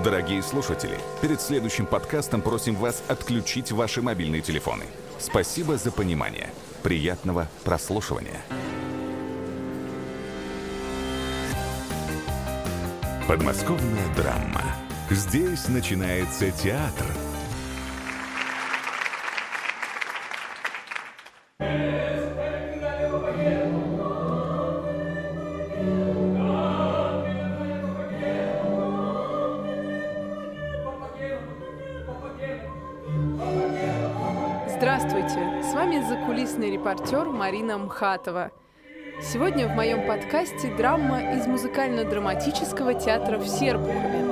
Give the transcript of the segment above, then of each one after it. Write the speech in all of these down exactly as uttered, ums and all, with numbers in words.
Дорогие слушатели, перед следующим подкастом просим вас отключить ваши мобильные телефоны. Спасибо за понимание. Приятного прослушивания. Подмосковная драма. Здесь начинается театр. Здравствуйте! С вами закулисный репортер Марина Мхатова. Сегодня в моем подкасте драма из музыкально-драматического театра в Серпухове.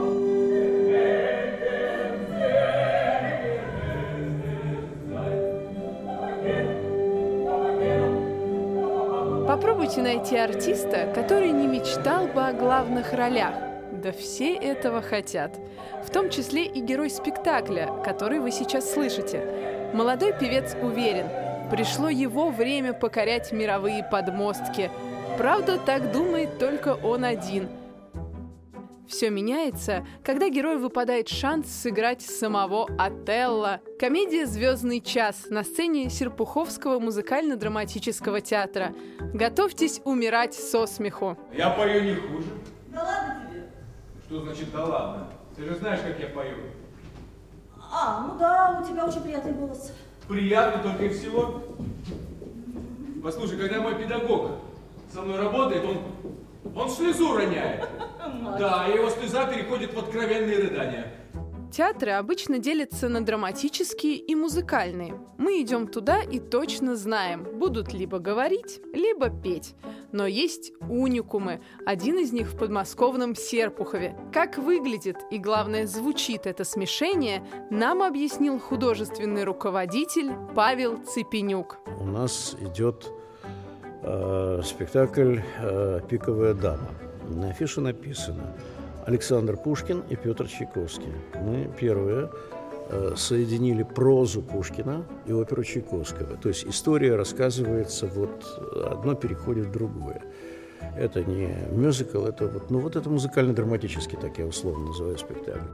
Попробуйте найти артиста, который не мечтал бы о главных ролях. Да все этого хотят. В том числе и герой спектакля, который вы сейчас слышите. Молодой певец уверен, пришло его время покорять мировые подмостки. Правда, так думает только он один. Все меняется, когда герою выпадает шанс сыграть самого Отелло. Комедия «Звездный час» на сцене Серпуховского музыкально-драматического театра. Готовьтесь умирать со смеху. Я пою не хуже. Да ладно тебе. Что значит да ладно? Ты же знаешь, как я пою. А, ну да, у тебя очень приятный голос. Приятно только и всего. Послушай, когда мой педагог со мной работает, он, он слезу роняет. Да, и его слеза переходит в откровенные рыдания. Театры обычно делятся на драматические и музыкальные. Мы идем туда и точно знаем, будут либо говорить, либо петь. Но есть уникумы. Один из них в подмосковном Серпухове. Как выглядит и, главное, звучит это смешение, нам объяснил художественный руководитель Павел Цепенюк. У нас идет э, спектакль э, «Пиковая дама». На афише написано Александр Пушкин и Петр Чайковский. Мы первые э, соединили прозу Пушкина и оперу Чайковского. То есть история рассказывается, вот одно переходит в другое. Это не мюзикл, это вот, ну вот это музыкально-драматический, так я условно называю спектакль.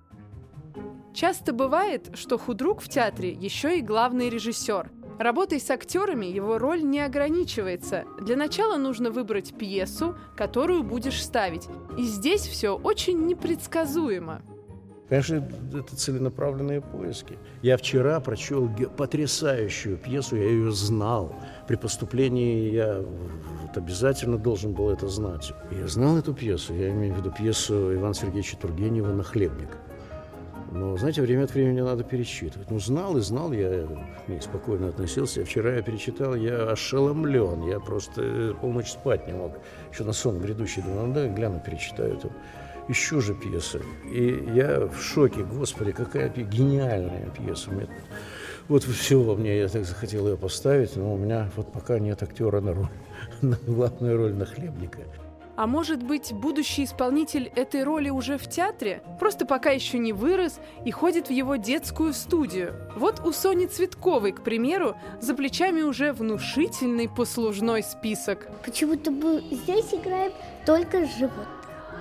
Часто бывает, что худрук в театре еще и главный режиссер. Работой с актерами его роль не ограничивается. Для начала нужно выбрать пьесу, которую будешь ставить. И здесь все очень непредсказуемо. Конечно, это целенаправленные поиски. Я вчера прочел потрясающую пьесу, я ее знал. При поступлении я вот обязательно должен был это знать. Я знал эту пьесу, я имею в виду пьесу Ивана Сергеевича Тургенева «Нахлебник». Но, знаете, время от времени надо перечитывать. Ну, знал и знал, я к ней спокойно относился. Вчера я перечитал, я ошеломлен. Я просто полночь спать не мог. Еще на сон грядущий думал, ну да, гляну, перечитаю эту. Еще же пьесы. И я в шоке. Господи, какая гениальная пьеса. Вот всего мне, я так захотел ее поставить, но у меня вот пока нет актера на роль, на главную роль Нахлебника. А может быть, будущий исполнитель этой роли уже в театре? Просто пока еще не вырос и ходит в его детскую студию. Вот у Сони Цветковой, к примеру, за плечами уже внушительный послужной список. Почему-то мы здесь играем только животных.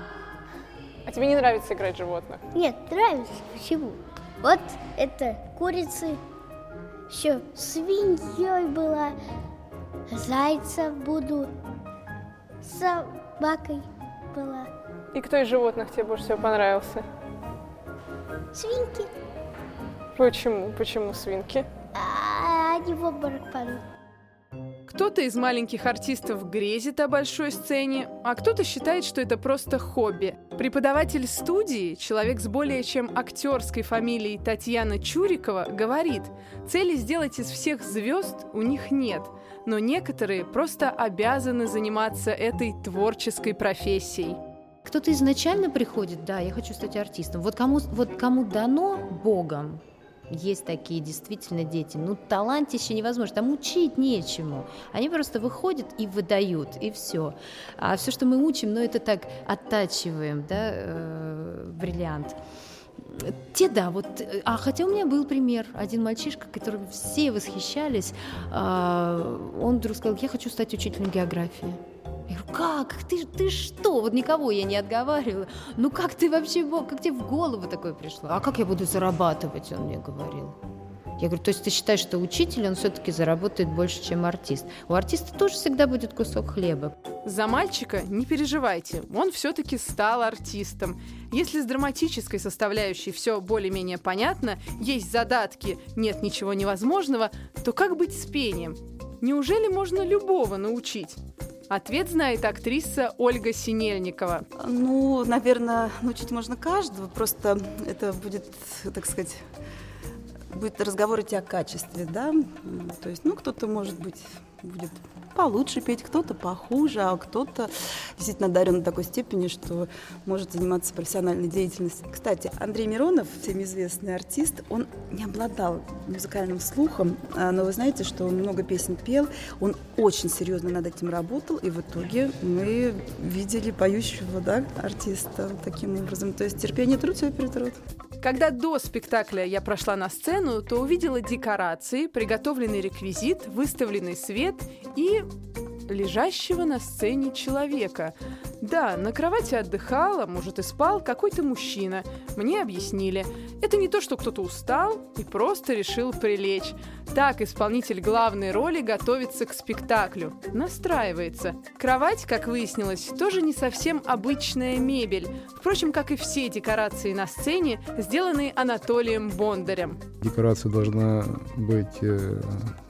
А тебе не нравится играть животных? Нет, нравится. Почему? Вот это курицы, еще свиньей была, зайцем буду, собакой была. И кто из животных тебе больше всего понравился? Свинки. Почему? Почему свинки? А они в обморок падают. Кто-то из маленьких артистов грезит о большой сцене, а кто-то считает, что это просто хобби. Преподаватель студии, человек с более чем актерской фамилией Татьяна Чурикова, говорит, цели сделать из всех звезд у них нет, но некоторые просто обязаны заниматься этой творческой профессией. Кто-то изначально приходит, да, я хочу стать артистом. Вот кому, вот кому дано Богом, есть такие действительно дети, ну талантище невозможно, там учить нечему. Они просто выходят и выдают, и все. А все, что мы учим, ну это так оттачиваем, да, э, бриллиант. Те, да, вот, а хотя у меня был пример, один мальчишка, которым все восхищались, э, он вдруг сказал, я хочу стать учителем географии. Я говорю, как? Ты, ты что? Вот никого я не отговаривала. Ну как ты вообще, как тебе в голову такое пришло? А как я буду зарабатывать, он мне говорил. Я говорю, то есть ты считаешь, что учитель, он все-таки заработает больше, чем артист? У артиста тоже всегда будет кусок хлеба. За мальчика не переживайте, он все-таки стал артистом. Если с драматической составляющей все более-менее понятно, есть задатки, нет ничего невозможного, то как быть с пением? Неужели можно любого научить? Ответ знает актриса Ольга Синельникова. Ну, наверное, научить можно каждого, просто это будет, так сказать, будет разговор идти о качестве, да, то есть, ну, кто-то, может быть, будет получше петь, кто-то похуже, а кто-то действительно одарен до такой степени, что может заниматься профессиональной деятельностью. Кстати, Андрей Миронов, всем известный артист, он не обладал музыкальным слухом, но вы знаете, что он много песен пел, он очень серьезно над этим работал, и в итоге мы видели поющего, да, артиста таким образом. То есть терпение, труд, все перетрут. Когда до спектакля я прошла на сцену, то увидела декорации, приготовленный реквизит, выставленный свет и лежащего на сцене человека. Да, на кровати отдыхал, а может и спал какой-то мужчина. Мне объяснили. Это не то, что кто-то устал и просто решил прилечь. Так исполнитель главной роли готовится к спектаклю, настраивается. Кровать, как выяснилось, тоже не совсем обычная мебель. Впрочем, как и все декорации на сцене, сделанные Анатолием Бондарем. Декорация должна быть э,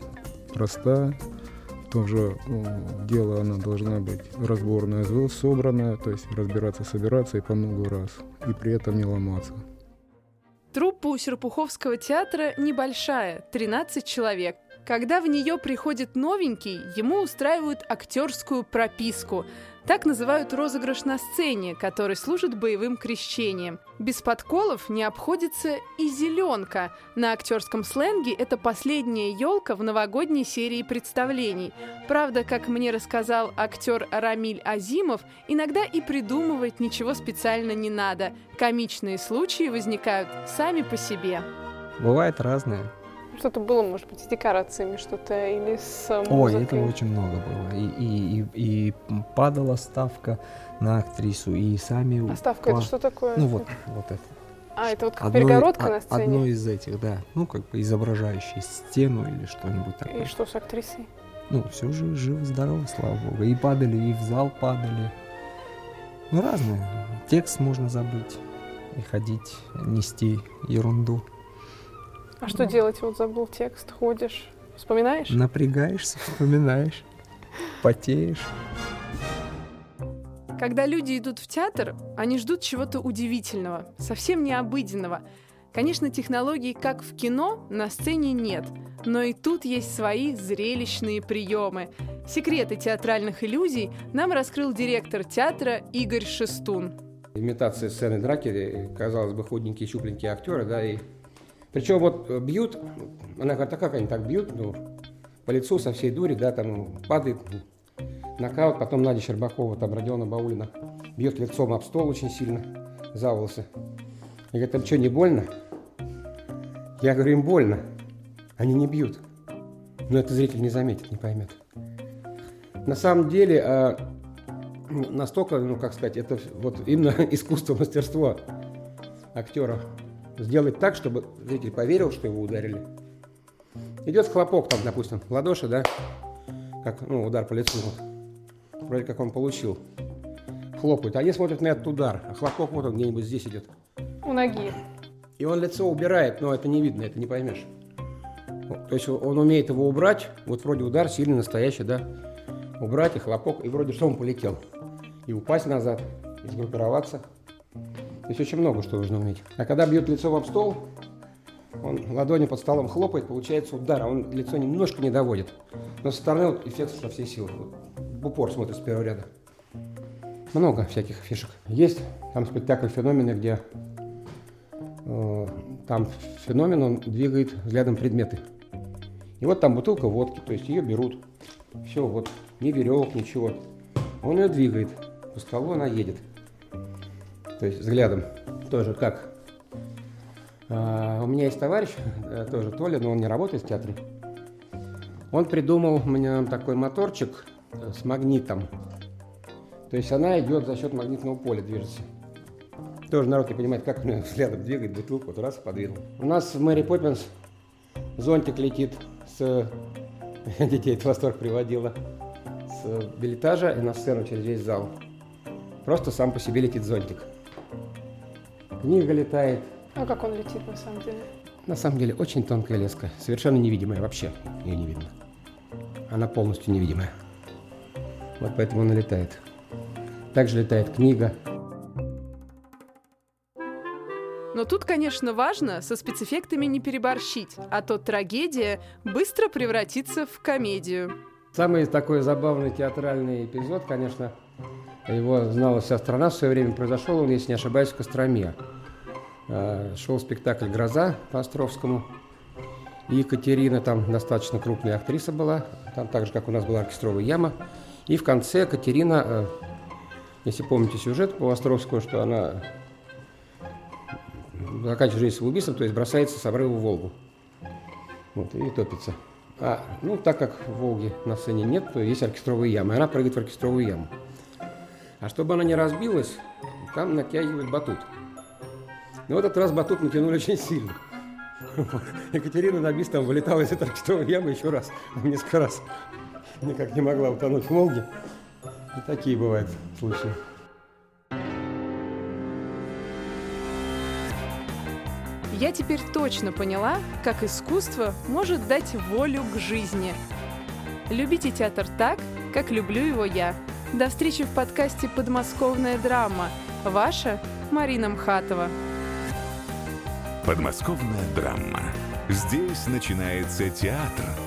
проста. В том же дело она должна быть разборная, собранная, то есть разбираться, собираться и по много раз, и при этом не ломаться. Труппа у Серпуховского театра небольшая, тринадцать человек. Когда в нее приходит новенький, ему устраивают актерскую прописку. Так называют розыгрыш на сцене, который служит боевым крещением. Без подколов не обходится и зеленка. На актерском сленге это последняя елка в новогодней серии представлений. Правда, как мне рассказал актер Рамиль Азимов, иногда и придумывать ничего специально не надо. Комичные случаи возникают сами по себе. Бывает разное. Что-то было, может быть, с декорациями, что-то или с музыкой? Ой, этого очень много было. И, и, и, и падала ставка на актрису, и сами... А ставка по... это что такое? Ну вот, вот это. А, это вот как одно, перегородка а, на сцене? Одно из этих, да. Ну, как бы изображающее стену или что-нибудь такое. И что с актрисой? Ну, все же живо-здорово, слава богу. И падали, и в зал падали. Ну, разное. Текст можно забыть и ходить, нести ерунду. А что делать? Вот забыл текст, ходишь, вспоминаешь? Напрягаешься, вспоминаешь, потеешь. Когда люди идут в театр, они ждут чего-то удивительного, совсем необыденного. Конечно, технологий, как в кино, на сцене нет, но и тут есть свои зрелищные приемы. Секреты театральных иллюзий нам раскрыл директор театра Игорь Шестун. Имитация сцены драки, казалось бы, худенькие, щупленькие актеры, да, и причем вот бьют, она говорит, а как они так бьют, ну, по лицу со всей дури, да, там падает нокаут, потом Надя Щербакова, там Родиона Баулина бьет лицом об стол очень сильно, за волосы. И говорит, им что, не больно? Я говорю, им больно, они не бьют. Но это зритель не заметит, не поймет. На самом деле, настолько, ну, как сказать, это вот именно искусство, мастерство актера. Сделать так, чтобы зритель поверил, что его ударили. Идет хлопок, там, допустим, в ладоши, да, как, ну, удар по лицу. Вот. Вроде как он получил. Хлопают. Они смотрят на этот удар, а хлопок вот он где-нибудь здесь идет. У ноги. И он лицо убирает, но это не видно, это не поймешь. То есть он умеет его убрать, вот вроде удар сильный, настоящий, да, убрать и хлопок, и вроде что он полетел. И упасть назад, и сгруппироваться. То есть очень много что нужно уметь. А когда бьет лицом об стол, он ладонью под столом хлопает, получается удар, а он лицо немножко не доводит. Но со стороны вот эффект со всей силы. Вот, в упор смотрит с первого ряда. Много всяких фишек. Есть там спектакль «Феномены», где э, там феномен, он двигает взглядом предметы. И вот там бутылка водки, то есть ее берут. Все, вот, ни веревок, ничего. Он ее двигает. По столу она едет. То есть взглядом тоже как. А, у меня есть товарищ, тоже Толя, но он не работает в театре. Он придумал у меня такой моторчик с магнитом. То есть она идет за счет магнитного поля, движется. Тоже народ не понимает, как он взглядом двигает бутылку, вот раз подвинул. У нас в Мэри Поппинс зонтик летит с... Детей это в восторг приводило. С билетажа и на сцену через весь зал. Просто сам по себе летит зонтик. Книга летает. А как он летит на самом деле? На самом деле очень тонкая леска, совершенно невидимая вообще, ее не видно. Она полностью невидимая. Вот поэтому она летает. Также летает книга. Но тут, конечно, важно со спецэффектами не переборщить, а то трагедия быстро превратится в комедию. Самый такой забавный театральный эпизод, конечно, его знала вся страна в свое время, произошел он, если не ошибаюсь, в Костроме. Шел спектакль «Гроза» по Островскому. И Екатерина, там достаточно крупная актриса была, там так же, как у нас была оркестровая яма. И в конце Катерина, если помните сюжет по Островскому, что она заканчивает жизнь самоубийством, то есть бросается с обрыва в Волгу. Вот, и топится. А, ну, так как в Волге на сцене нет, то есть оркестровая яма, и она прыгает в оркестровую яму. А чтобы она не разбилась, там натягивают батут. Но в этот раз батут натянули очень сильно. Екатерина на бис там вылетала из этой оркестровой ямы еще раз, несколько раз. Никак не могла утонуть в Волге. И такие бывают случаи. Я теперь точно поняла, как искусство может дать волю к жизни. Любите театр так, как люблю его я. До встречи в подкасте «Подмосковная драма». Ваша Марина Мхатова. Подмосковная драма. Здесь начинается театр.